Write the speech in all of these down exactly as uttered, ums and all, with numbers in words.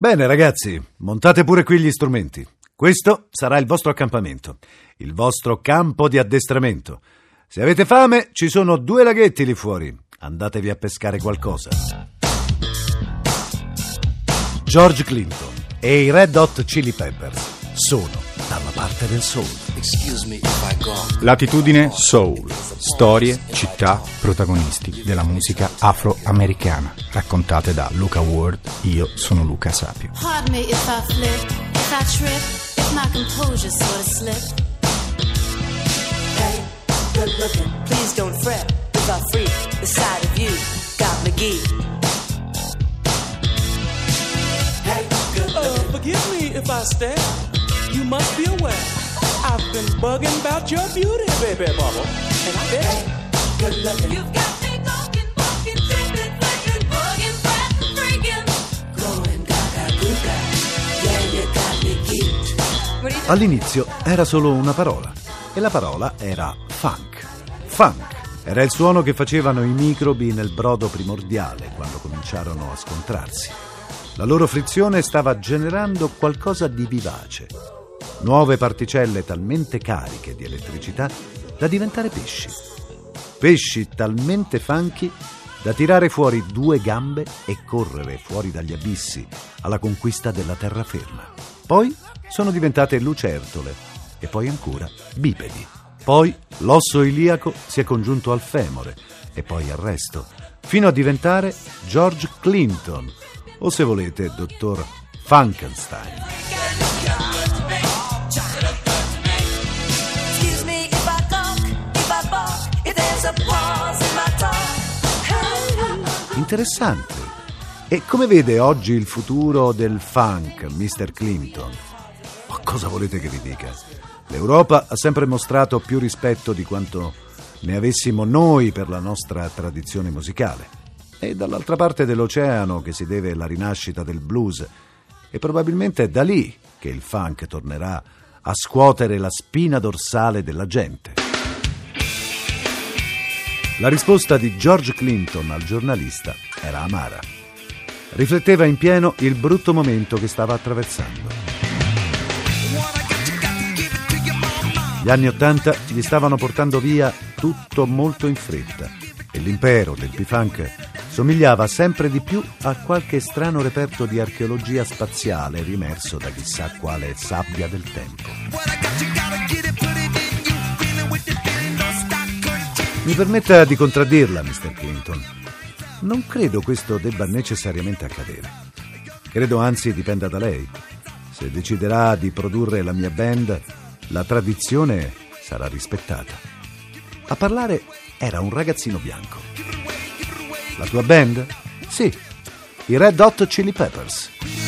Bene ragazzi, montate pure qui gli strumenti. Questo sarà il vostro accampamento, il vostro campo di addestramento. Se avete fame, ci sono due laghetti lì fuori. Andatevi a pescare qualcosa. George Clinton e i Red Hot Chili Peppers sono dalla parte del soul. Latitudine Soul. Storie, città, protagonisti della musica afroamericana, raccontate da Luca Ward. Io sono Luca Sapio. Pardon me if I flip, if I trip, if my composure sort of slip. Hey, good looking, please don't fret if I freak the side of you, got McGee. Hey, good looking. Uh, forgive me if I stare. You must be aware I've been bugging about your beauty, baby bubble. And I bet hey, good looking. You've got me talking, walking, tripping, flicking, bugging, fretting, freaking, Going gaga, gaga. Yeah, you got me geeked. All'inizio era solo una parola, e la parola era funk. Funk era il suono che facevano i microbi nel brodo primordiale quando cominciarono a scontrarsi. La loro frizione stava generando qualcosa di vivace. Nuove particelle talmente cariche di elettricità da diventare pesci. Pesci talmente funky da tirare fuori due gambe e correre fuori dagli abissi alla conquista della terraferma. Poi sono diventate lucertole e poi ancora bipedi. Poi l'osso iliaco si è congiunto al femore e poi al resto, fino a diventare George Clinton, o se volete, dottor Funkenstein. Excuse me if I talk, if I bark, if there's a pause in my talk. Interessante. E come vede oggi il futuro del funk, mister Clinton? Ma cosa volete che vi dica? L'Europa ha sempre mostrato più rispetto di quanto ne avessimo noi per la nostra tradizione musicale. E dall'altra parte dell'oceano che si deve la rinascita del blues, e probabilmente è da lì che il funk tornerà a scuotere la spina dorsale della gente. La risposta di George Clinton al giornalista era amara. Rifletteva in pieno il brutto momento che stava attraversando. Gli anni Ottanta gli stavano portando via tutto molto in fretta e l'impero del P-Funk somigliava sempre di più a qualche strano reperto di archeologia spaziale rimerso da chissà quale sabbia del tempo. Mi permetta di contraddirla, mister Clinton. Non credo questo debba necessariamente accadere. Credo anzi dipenda da lei. Se deciderà di produrre la mia band, la tradizione sarà rispettata. A parlare era un ragazzino bianco. La tua band? Sì, i Red Hot Chili Peppers.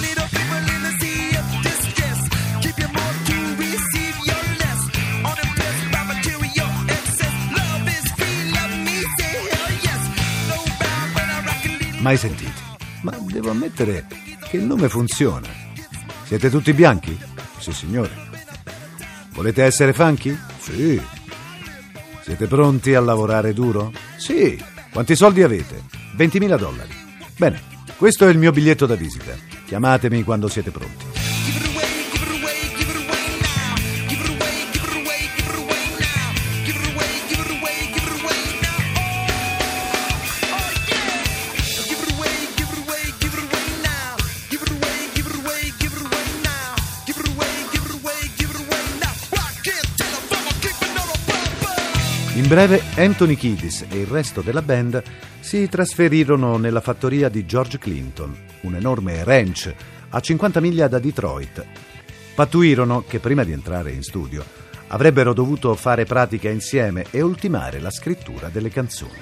Mai sentiti? Ma devo ammettere che il nome funziona. Siete tutti bianchi? Sì, signore. Volete essere funky? Sì. Siete pronti a lavorare duro? Sì. Quanti soldi avete? ventimila dollari. Bene, questo è il mio biglietto da visita. Chiamatemi quando siete pronti. In breve, Anthony Kiedis e il resto della band si trasferirono nella fattoria di George Clinton, un enorme ranch a cinquanta miglia da Detroit. Pattuirono che prima di entrare in studio avrebbero dovuto fare pratica insieme e ultimare la scrittura delle canzoni.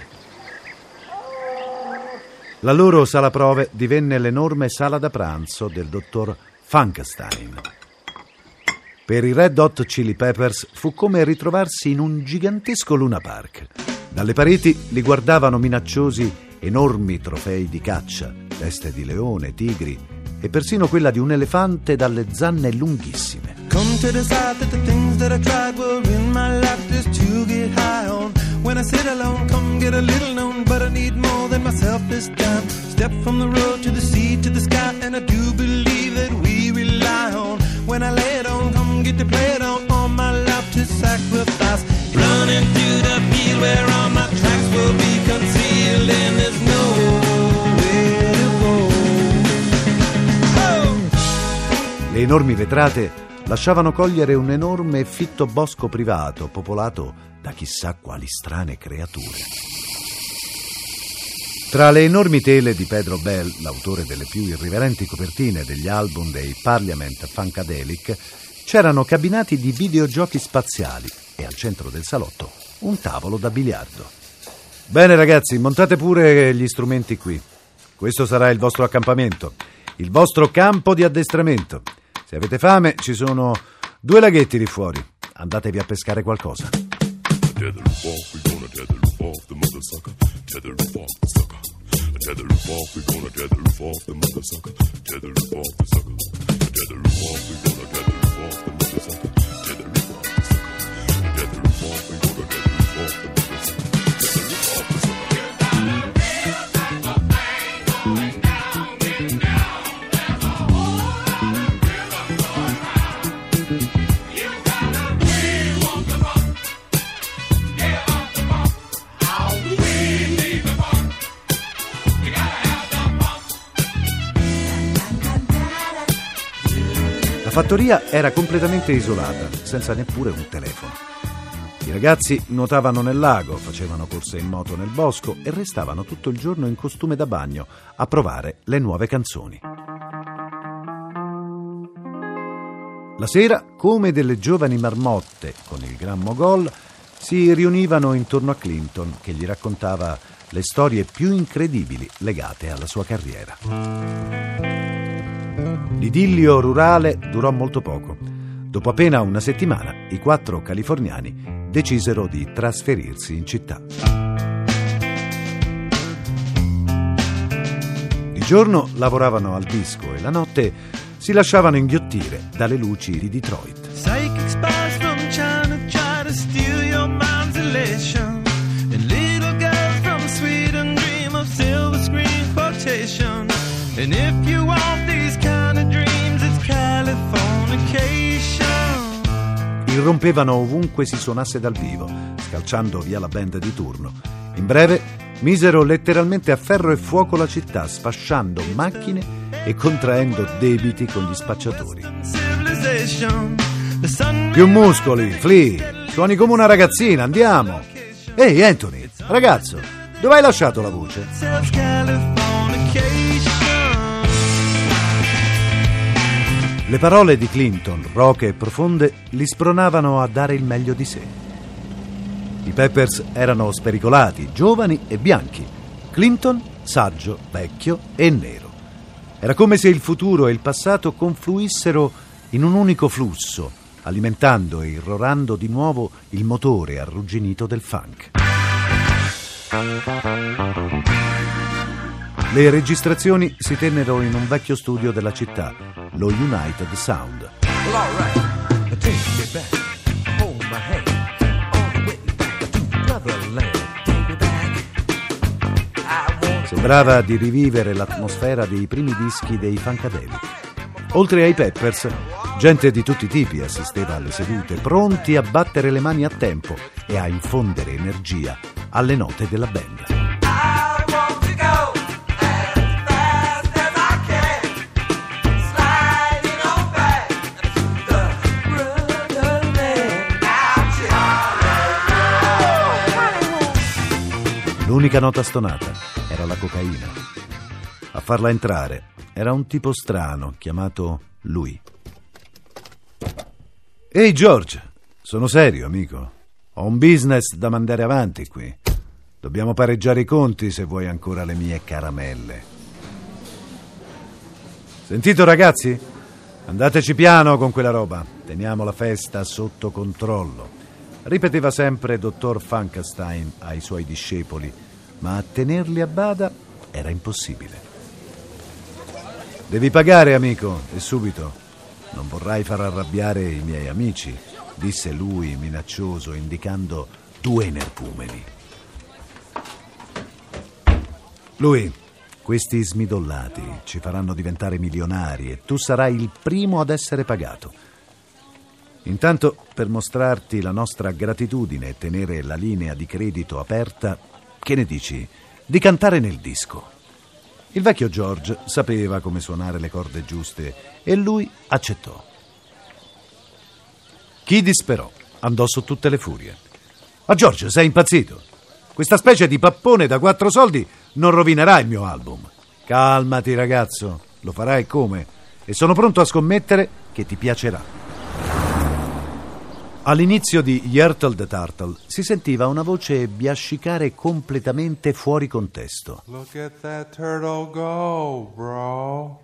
La loro sala prove divenne l'enorme sala da pranzo del dottor Funkenstein. Per i Red Hot Chili Peppers fu come ritrovarsi in un gigantesco Luna Park. Dalle pareti li guardavano minacciosi enormi trofei di caccia, teste di leone, tigri e persino quella di un elefante dalle zanne lunghissime. Come to decide that the things that I tried were in my life just to get high on. When I sit alone, come get a little known, but I need more than myself this time. Step from the road to the sea to the sky, and I do believe that we rely on. When I lay it on, come get to play it on, all my life to sacrifice. Running through the field where all my tracks will be concealed, and there's nowhere to go. Oh! Le enormi vetrate lasciavano cogliere un enorme e fitto bosco privato popolato da chissà quali strane creature. Tra le enormi tele di Pedro Bell, l'autore delle più irriverenti copertine degli album dei Parliament Funkadelic, c'erano cabinati di videogiochi spaziali e al centro del salotto un tavolo da biliardo. Bene ragazzi, montate pure gli strumenti qui. Questo sarà il vostro accampamento, il vostro campo di addestramento. Se avete fame, ci sono due laghetti lì fuori. Andatevi a pescare qualcosa. Tether roof off, we gonna tether roof off the mother sucker. Tether roof off the sucker. Tether roof off, we gonna tether roof off the mother sucker. Tether roof off the sucker. Tether roof off, we gonna tether roof off the mother sucker. Tether roof off the sucker. Tether roof off, we gonna tether roof off the mother sucker. Tether roof off the sucker. La fattoria era completamente isolata, senza neppure un telefono. I ragazzi nuotavano nel lago, facevano corse in moto nel bosco e restavano tutto il giorno in costume da bagno a provare le nuove canzoni. La sera, come delle giovani marmotte con il Gran Mogol, si riunivano intorno a Clinton che gli raccontava le storie più incredibili legate alla sua carriera. L'idillio rurale durò molto poco. Dopo appena una settimana, i quattro californiani decisero di trasferirsi in città. Il giorno lavoravano al disco e la notte si lasciavano inghiottire dalle luci di Detroit. Psychic spies from China try to steal your mind's elation, and little girls from Sweden dream of silver screen quotation. And if you want these kind of dreams, it's Californication. Irrompevano ovunque si suonasse dal vivo, scalciando via la band di turno. In breve, misero letteralmente a ferro e fuoco la città, sfasciando macchine e contraendo debiti con gli spacciatori. Più muscoli, Flea, suoni come una ragazzina, andiamo. Ehi Anthony, ragazzo, dove hai lasciato la voce? Le parole di Clinton, roche e profonde, li spronavano a dare il meglio di sé. I Peppers erano spericolati, giovani e bianchi. Clinton, saggio, vecchio e nero. Era come se il futuro e il passato confluissero in un unico flusso, alimentando e irrorando di nuovo il motore arrugginito del funk. Le registrazioni si tennero in un vecchio studio della città, lo United Sound. Sembrava di rivivere l'atmosfera dei primi dischi dei Funkadelic. Oltre ai Peppers, gente di tutti i tipi assisteva alle sedute, pronti a battere le mani a tempo e a infondere energia alle note della band. L'unica nota stonata era la cocaina. A farla entrare era un tipo strano chiamato Louis. Ehi George, sono serio amico. Ho un business da mandare avanti qui. Dobbiamo pareggiare i conti se vuoi ancora le mie caramelle. Sentito ragazzi? Andateci piano con quella roba. Teniamo la festa sotto controllo. Ripeteva sempre dottor Funkenstein ai suoi discepoli, ma a tenerli a bada era impossibile. Devi pagare, amico, e subito. Non vorrai far arrabbiare i miei amici, disse lui minaccioso, indicando due energumeni. Lui, questi smidollati ci faranno diventare milionari e tu sarai il primo ad essere pagato. Intanto, per mostrarti la nostra gratitudine e tenere la linea di credito aperta, che ne dici di cantare nel disco? Il vecchio George sapeva come suonare le corde giuste e lui accettò. Kiddis però andò su tutte le furie. Ma George, sei impazzito? Questa specie di pappone da quattro soldi non rovinerà il mio album. Calmati, ragazzo, lo farai come? E sono pronto a scommettere che ti piacerà. All'inizio di Yertle the Turtle si sentiva una voce biascicare completamente fuori contesto. Look at that turtle go, bro.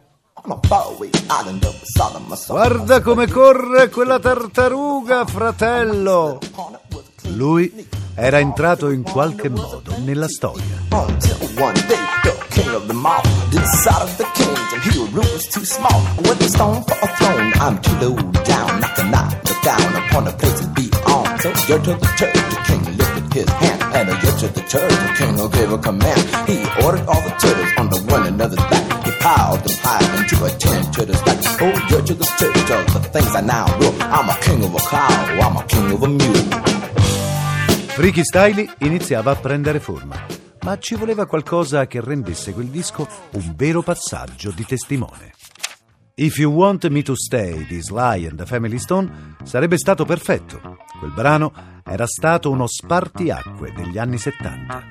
Guarda come corre quella tartaruga, fratello! Lui era entrato in qualche modo nella storia. His hand and a get to the turtle king who gave a command. He ordered all the turtles under one another's back. He piled them high into a ten turtle stack. Oh, get to the turtle, the things I now rule. I'm a king of a cow, I'm a king of a mule. Freaky Styley iniziava a prendere forma, ma ci voleva qualcosa che rendesse quel disco un vero passaggio di testimone. If You Want Me to Stay di Sly and the Family Stone sarebbe stato perfetto. Quel brano era stato uno spartiacque degli anni settanta.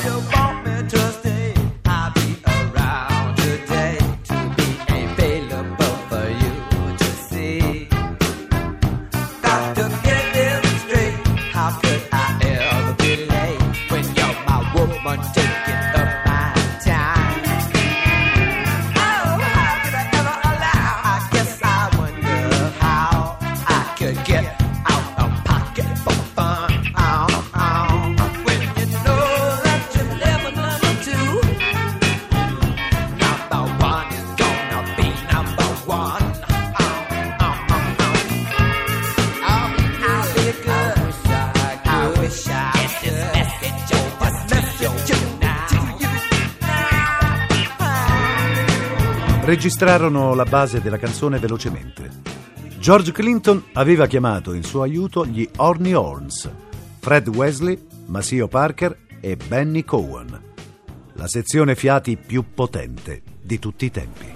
Registrarono la base della canzone velocemente. George Clinton aveva chiamato in suo aiuto gli Orny Horns, Fred Wesley, Maceo Parker e Benny Cowan, la sezione fiati più potente di tutti i tempi.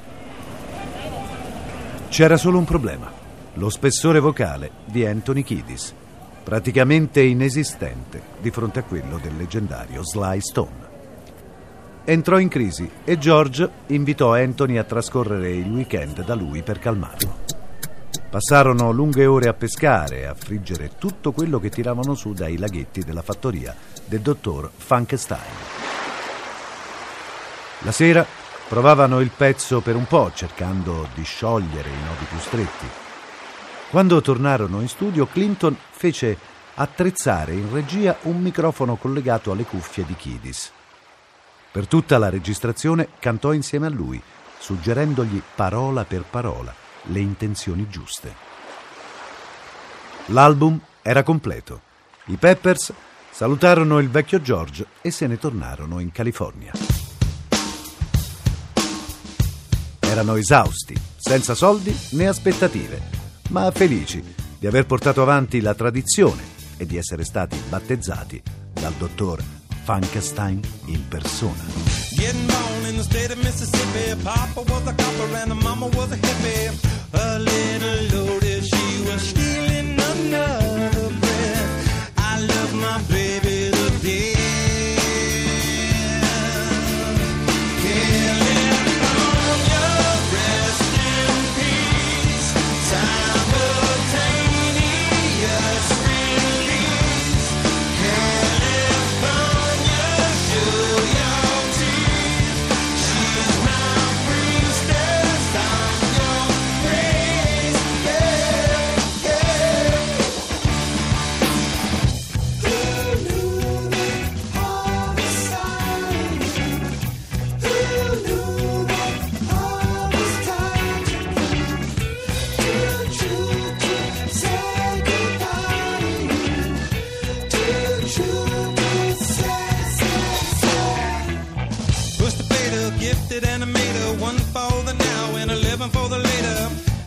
C'era solo un problema: lo spessore vocale di Anthony Kiedis, praticamente inesistente di fronte a quello del leggendario Sly Stone. Entrò in crisi e George invitò Anthony a trascorrere il weekend da lui per calmarlo. Passarono lunghe ore a pescare e a friggere tutto quello che tiravano su dai laghetti della fattoria del dottor Funkenstein. La sera provavano il pezzo per un po', cercando di sciogliere i nodi più stretti. Quando tornarono in studio, Clinton fece attrezzare in regia un microfono collegato alle cuffie di Kiedis. Per tutta la registrazione cantò insieme a lui, suggerendogli parola per parola le intenzioni giuste. L'album era completo. I Peppers salutarono il vecchio George e se ne tornarono in California. Erano esausti, senza soldi né aspettative, ma felici di aver portato avanti la tradizione e di essere stati battezzati dal dottor Funkenstein in persona. Getting born in the state of Mississippi, Papa was a copper and the mama was a hippie. A little loaded, she was stealing another breath. I love my baby to death. California, rest in peace. Simultaneous release. California, show your teeth. She's my priestess, I'm your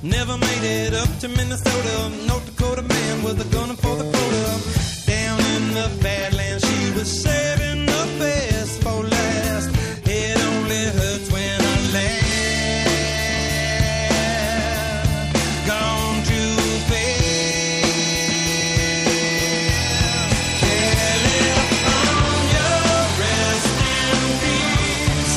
Never made it up to Minnesota. North Dakota man was a gunner for the quota. Down in the Badlands, she was saving the best for last. It only hurts when I laugh. Gone too fast. California, rest in peace.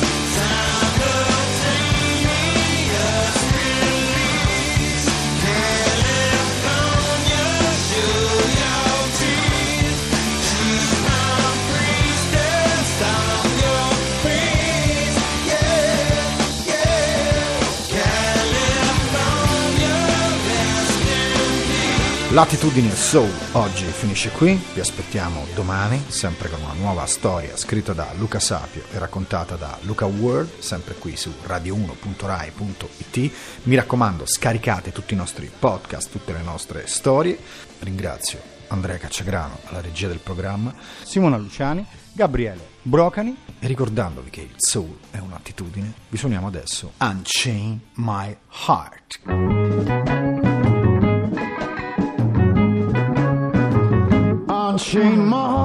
Simultaneous release. California, show your teeth. Cheese from freeze, stop your freeze. Yeah, yeah. California, rest in peace. Latitudine Soul oggi finisce qui, vi aspettiamo domani, sempre con una nuova storia scritta da Luca Sapio e raccontata da Luca World, sempre qui su radio uno punto rai punto it. Mi raccomando, scaricate tutti i nostri podcast, tutte le nostre storie. Ringrazio Andrea Cacciagrano alla regia del programma, Simona Luciani, Gabriele Brocani, e ricordandovi che il soul è un'attitudine, vi suoniamo adesso Unchain My Heart. Unchain my